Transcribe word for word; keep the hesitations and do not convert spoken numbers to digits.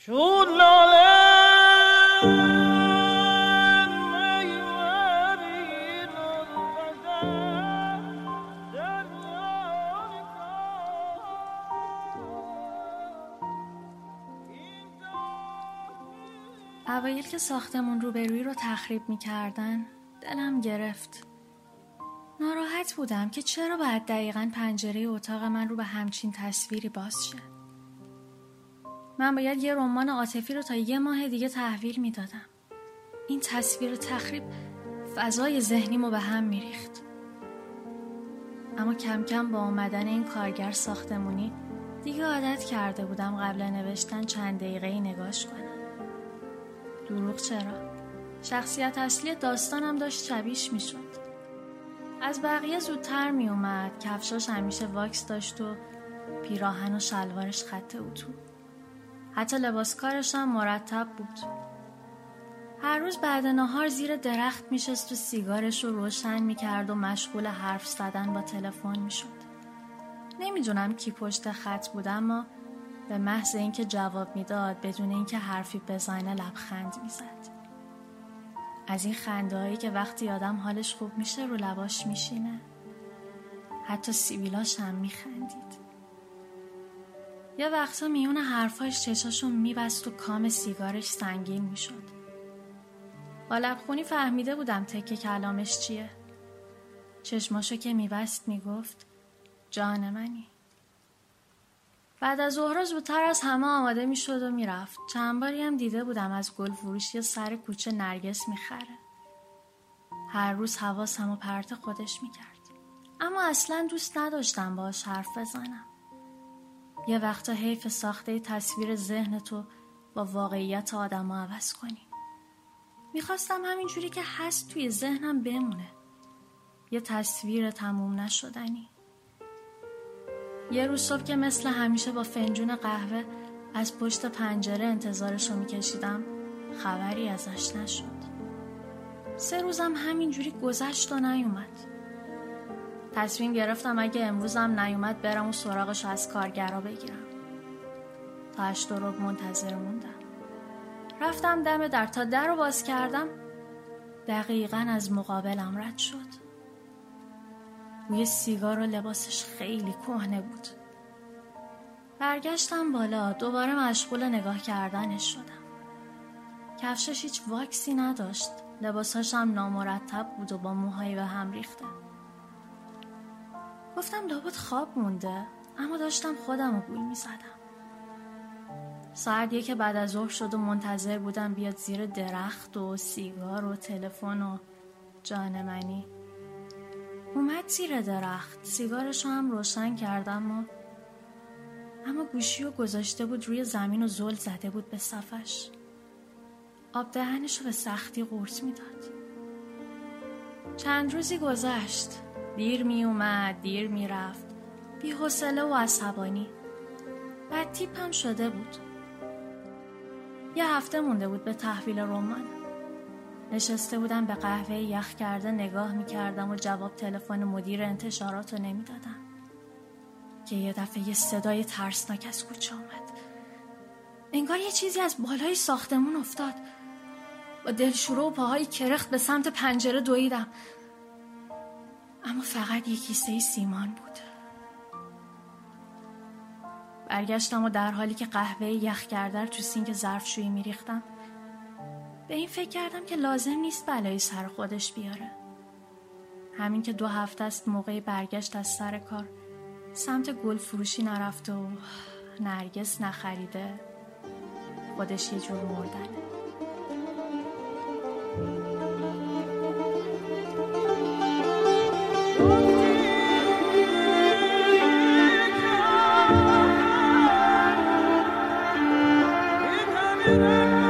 شد لاله اوایل که ساختمون روبرویی رو تخریب می‌کردن دلم گرفت. ناراحت بودم که چرا باید دقیقاً پنجره اتاق من رو به همچین تصویری باز شه. من باید یه رمان عاطفی رو تا یه ماه دیگه تحویل میدادم. این تصویر تخریب فضای ذهنیمو به هم میریخت. اما کم کم با اومدن این کارگر ساختمونی دیگه عادت کرده بودم قبل نوشتن چند دقیقه‌ای نگاش کنم. دروغ چرا؟ شخصیت اصلی داستانم داشت شبیش میشد. از بقیه زودتر می اومد، کفشاش همیشه واکس داشت و پیراهن و شلوارش خط اتو. حتی لباس کارش هم مرتب بود. هر روز بعد نهار زیر درخت میشست و سیگارش رو روشن میکرد و مشغول حرف زدن با تلفن میشد. نمیدونم کی پشت خط بود، اما به محض اینکه جواب میداد بدون اینکه حرفی بزنه لبخند میزد. از این خنده‌هایی که وقتی آدم حالش خوب میشه رو لباش میشینه. حتی سیبیلاش هم میخندید. یه وقتا میون حرفاش چشاشو میبست و کام سیگارش سنگین میشد. با لبخونی فهمیده بودم تکه کلامش چیه. چشماشو که میبست میگفت جان منی. بعد از ظهر زودتر از همه آماده میشد و میرفت. چند باری هم دیده بودم از گل فروشی سر کوچه نرگس میخره. هر روز حواسمو پرت خودش میکرد. اما اصلا دوست نداشتم باهاش حرف بزنم. یه وقتا حیف ساخته تصویر ذهنتو با واقعیت آدمو عوض کنی. میخواستم همینجوری که هست توی ذهنم بمونه. یه تصویر تموم نشدنی. یه روز صبح که مثل همیشه با فنجون قهوه از پشت پنجره انتظارشو میکشیدم، خبری ازش نشد. سه روزم همینجوری گذشت و نیومد. تصمیم گرفتم اگه امروزم نیومد برم و سراغش از کارگرا بگیرم. تا هشت ربع منتظر موندم. رفتم دم در، تا در رو باز کردم دقیقاً از مقابلم رد شد. بوی سیگار و لباسش خیلی کهنه بود. برگشتم بالا، دوباره مشغول نگاه کردنش شدم. کفشش هیچ واکسی نداشت، لباساش هم نامرتب بود و با موهای به هم ریخته. گفتم لابد خواب مونده، اما داشتم خودم رو گول می زدم. ساعت یک بعد از ظهر شد و منتظر بودم بیاد زیر درخت و سیگار و تلفن و جان منی. اومد زیر درخت، سیگارشو هم روشن کردم و اما گوشیو گذاشته بود روی زمین و زل زده بود به صفش. آب دهنشو به سختی قورت میداد. چند روزی گذشت، دیر می اومد، دیر می رفت، بی حوصله و عصبانی. بعد تیپ هم شده بود. یه هفته مونده بود به تحویل رمان. نشسته بودم به قهوه یخ کرده نگاه میکردم و جواب تلفن مدیر انتشارات رو نمیدادم که یه دفعه یه صدای ترسناک از کوچه آمد. انگار یه چیزی از بالای ساختمون افتاد. با دلشوره و پاهای کرخت به سمت پنجره دویدم، اما فقط یک کیسه سیمان بود. برگشتم و در حالی که قهوه یخ کرده تو سینک ظرفشویی میریختم به این فکر کردم که لازم نیست بلایی سر خودش بیاره. همین که دو هفته است موقع برگشت از سر کار سمت گل فروشی نرفته و نرگس نخریده، خودش یه جور مردنه. Thank you.